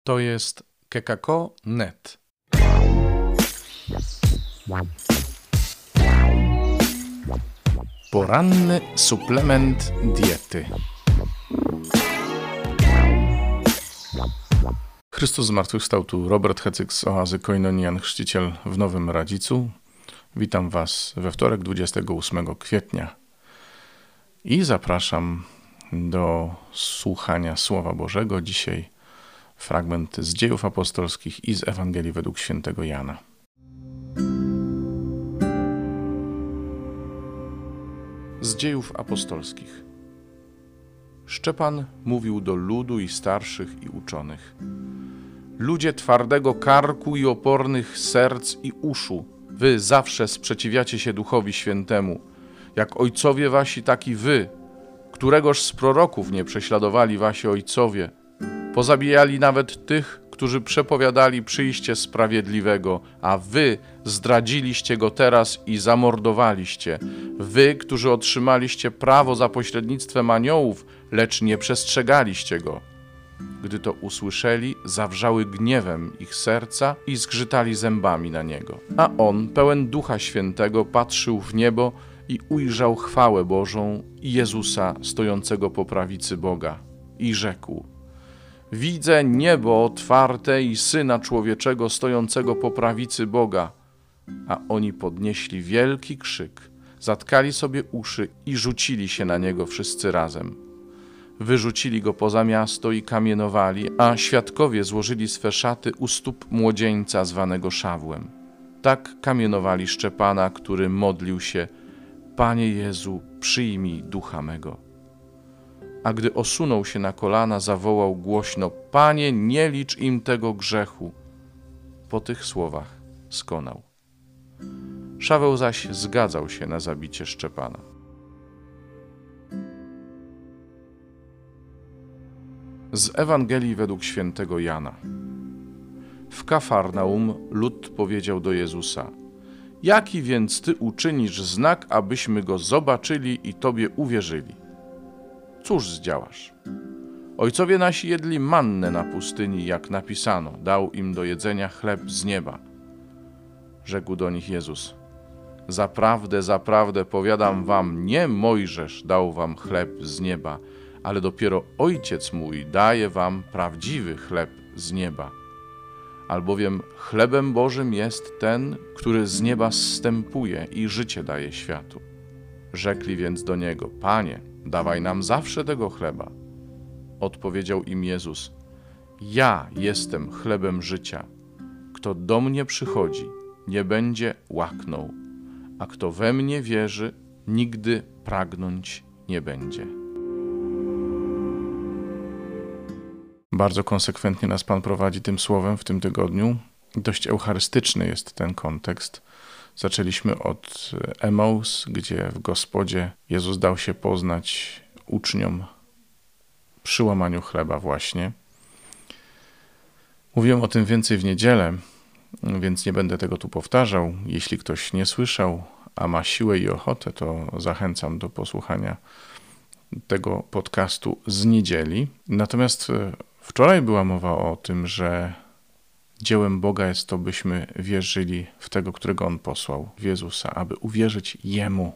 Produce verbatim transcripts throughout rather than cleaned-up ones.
To jest kekako kropka net. Poranny suplement diety. Chrystus zmartwychwstał, tu Robert Hecyk z Oazy Koinonian, chrzciciel w Nowym Radzicu. Witam Was we wtorek, dwudziestego ósmego kwietnia i zapraszam do słuchania Słowa Bożego. Dzisiaj fragment z Dziejów Apostolskich i z Ewangelii według świętego Jana. Z Dziejów Apostolskich. Szczepan mówił do ludu i starszych i uczonych: ludzie twardego karku i opornych serc i uszu, wy zawsze sprzeciwiacie się Duchowi Świętemu, jak ojcowie wasi, tak i wy, któregoż z proroków nie prześladowali wasi ojcowie. Pozabijali nawet tych, którzy przepowiadali przyjście sprawiedliwego, a wy zdradziliście go teraz i zamordowaliście. Wy, którzy otrzymaliście prawo za pośrednictwem aniołów, lecz nie przestrzegaliście go. Gdy to usłyszeli, zawrzały gniewem ich serca i zgrzytali zębami na niego. A on, pełen Ducha Świętego, patrzył w niebo i ujrzał chwałę Bożą i Jezusa stojącego po prawicy Boga. I rzekł: widzę niebo otwarte i Syna Człowieczego stojącego po prawicy Boga. A oni podnieśli wielki krzyk, zatkali sobie uszy i rzucili się na niego wszyscy razem. Wyrzucili go poza miasto i kamienowali, a świadkowie złożyli swe szaty u stóp młodzieńca zwanego Szawłem. Tak kamienowali Szczepana, który modlił się: Panie Jezu, przyjmij ducha mego. A gdy osunął się na kolana, zawołał głośno: Panie, nie licz im tego grzechu. Po tych słowach skonał. Szaweł zaś zgadzał się na zabicie Szczepana. Z Ewangelii według świętego Jana. W Kafarnaum lud powiedział do Jezusa: jaki więc Ty uczynisz znak, abyśmy go zobaczyli i Tobie uwierzyli? Cóż zdziałasz? Ojcowie nasi jedli mannę na pustyni, jak napisano, dał im do jedzenia chleb z nieba. Rzekł do nich Jezus: zaprawdę, zaprawdę powiadam wam, nie Mojżesz dał wam chleb z nieba, ale dopiero Ojciec mój daje wam prawdziwy chleb z nieba. Albowiem chlebem Bożym jest ten, który z nieba zstępuje i życie daje światu. Rzekli więc do Niego: Panie, dawaj nam zawsze tego chleba. Odpowiedział im Jezus: ja jestem chlebem życia. Kto do mnie przychodzi, nie będzie łaknął, a kto we mnie wierzy, nigdy pragnąć nie będzie. Bardzo konsekwentnie nas Pan prowadzi tym słowem w tym tygodniu. Dość eucharystyczny jest ten kontekst. Zaczęliśmy od Emaus, gdzie w Gospodzie Jezus dał się poznać uczniom przy łamaniu chleba właśnie. Mówiłem o tym więcej w niedzielę, więc nie będę tego tu powtarzał. Jeśli ktoś nie słyszał, a ma siłę i ochotę, to zachęcam do posłuchania tego podcastu z niedzieli. Natomiast wczoraj była mowa o tym, że dziełem Boga jest to, byśmy wierzyli w tego, którego On posłał, w Jezusa, aby uwierzyć Jemu.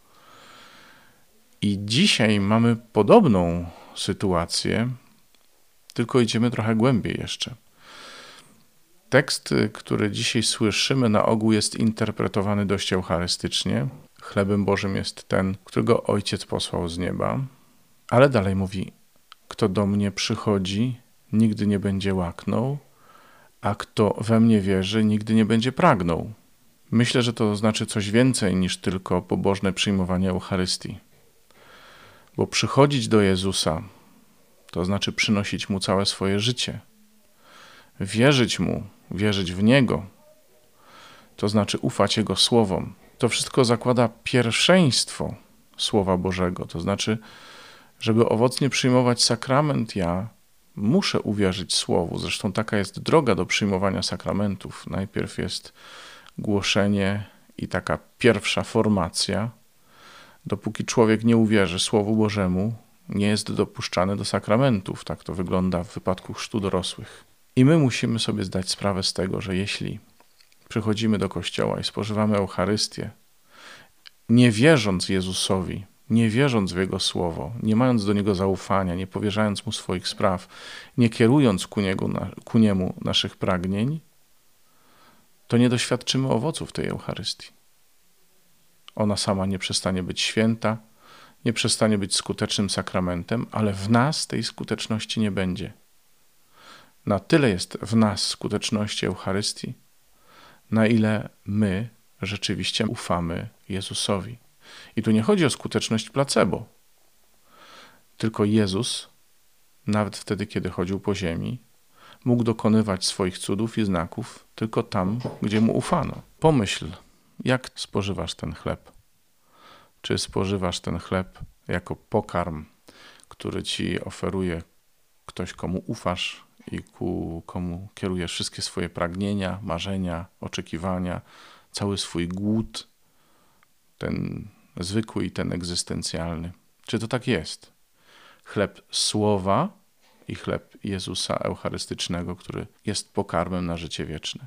I dzisiaj mamy podobną sytuację, tylko idziemy trochę głębiej jeszcze. Tekst, który dzisiaj słyszymy, na ogół jest interpretowany dość eucharystycznie. Chlebem Bożym jest ten, którego Ojciec posłał z nieba, ale dalej mówi: kto do mnie przychodzi, nigdy nie będzie łaknął, a kto we mnie wierzy, nigdy nie będzie pragnął. Myślę, że to znaczy coś więcej niż tylko pobożne przyjmowanie Eucharystii. Bo przychodzić do Jezusa to znaczy przynosić Mu całe swoje życie. Wierzyć Mu, wierzyć w Niego, to znaczy ufać Jego słowom. To wszystko zakłada pierwszeństwo Słowa Bożego. To znaczy, żeby owocnie przyjmować sakrament, ja muszę uwierzyć Słowu. Zresztą taka jest droga do przyjmowania sakramentów. Najpierw jest głoszenie i taka pierwsza formacja. Dopóki człowiek nie uwierzy Słowu Bożemu, nie jest dopuszczany do sakramentów. Tak to wygląda w wypadku chrztu dorosłych. I my musimy sobie zdać sprawę z tego, że jeśli przychodzimy do Kościoła i spożywamy Eucharystię, nie wierząc Jezusowi, nie wierząc w Jego Słowo, nie mając do Niego zaufania, nie powierzając Mu swoich spraw, nie kierując ku, niego, ku Niemu naszych pragnień, to nie doświadczymy owoców tej Eucharystii. Ona sama nie przestanie być święta, nie przestanie być skutecznym sakramentem, ale w nas tej skuteczności nie będzie. Na tyle jest w nas skuteczności Eucharystii, na ile my rzeczywiście ufamy Jezusowi. I tu nie chodzi o skuteczność placebo, tylko Jezus, nawet wtedy, kiedy chodził po ziemi, mógł dokonywać swoich cudów i znaków tylko tam, gdzie mu ufano. Pomyśl, jak spożywasz ten chleb. Czy spożywasz ten chleb jako pokarm, który ci oferuje ktoś, komu ufasz i ku komu kierujesz wszystkie swoje pragnienia, marzenia, oczekiwania, cały swój głód, ten zwykły i ten egzystencjalny. Czy to tak jest? Chleb słowa i chleb Jezusa eucharystycznego, który jest pokarmem na życie wieczne.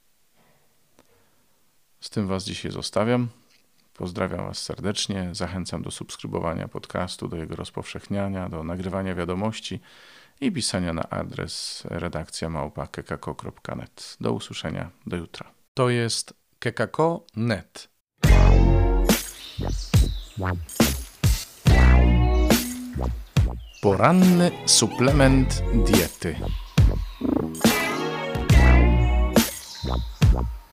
Z tym was dzisiaj zostawiam. Pozdrawiam was serdecznie. Zachęcam do subskrybowania podcastu, do jego rozpowszechniania, do nagrywania wiadomości i pisania na adres redakcja małpa kekako kropka net. Do usłyszenia. Do jutra. To jest kekako kropka net. Poranny suplement diety.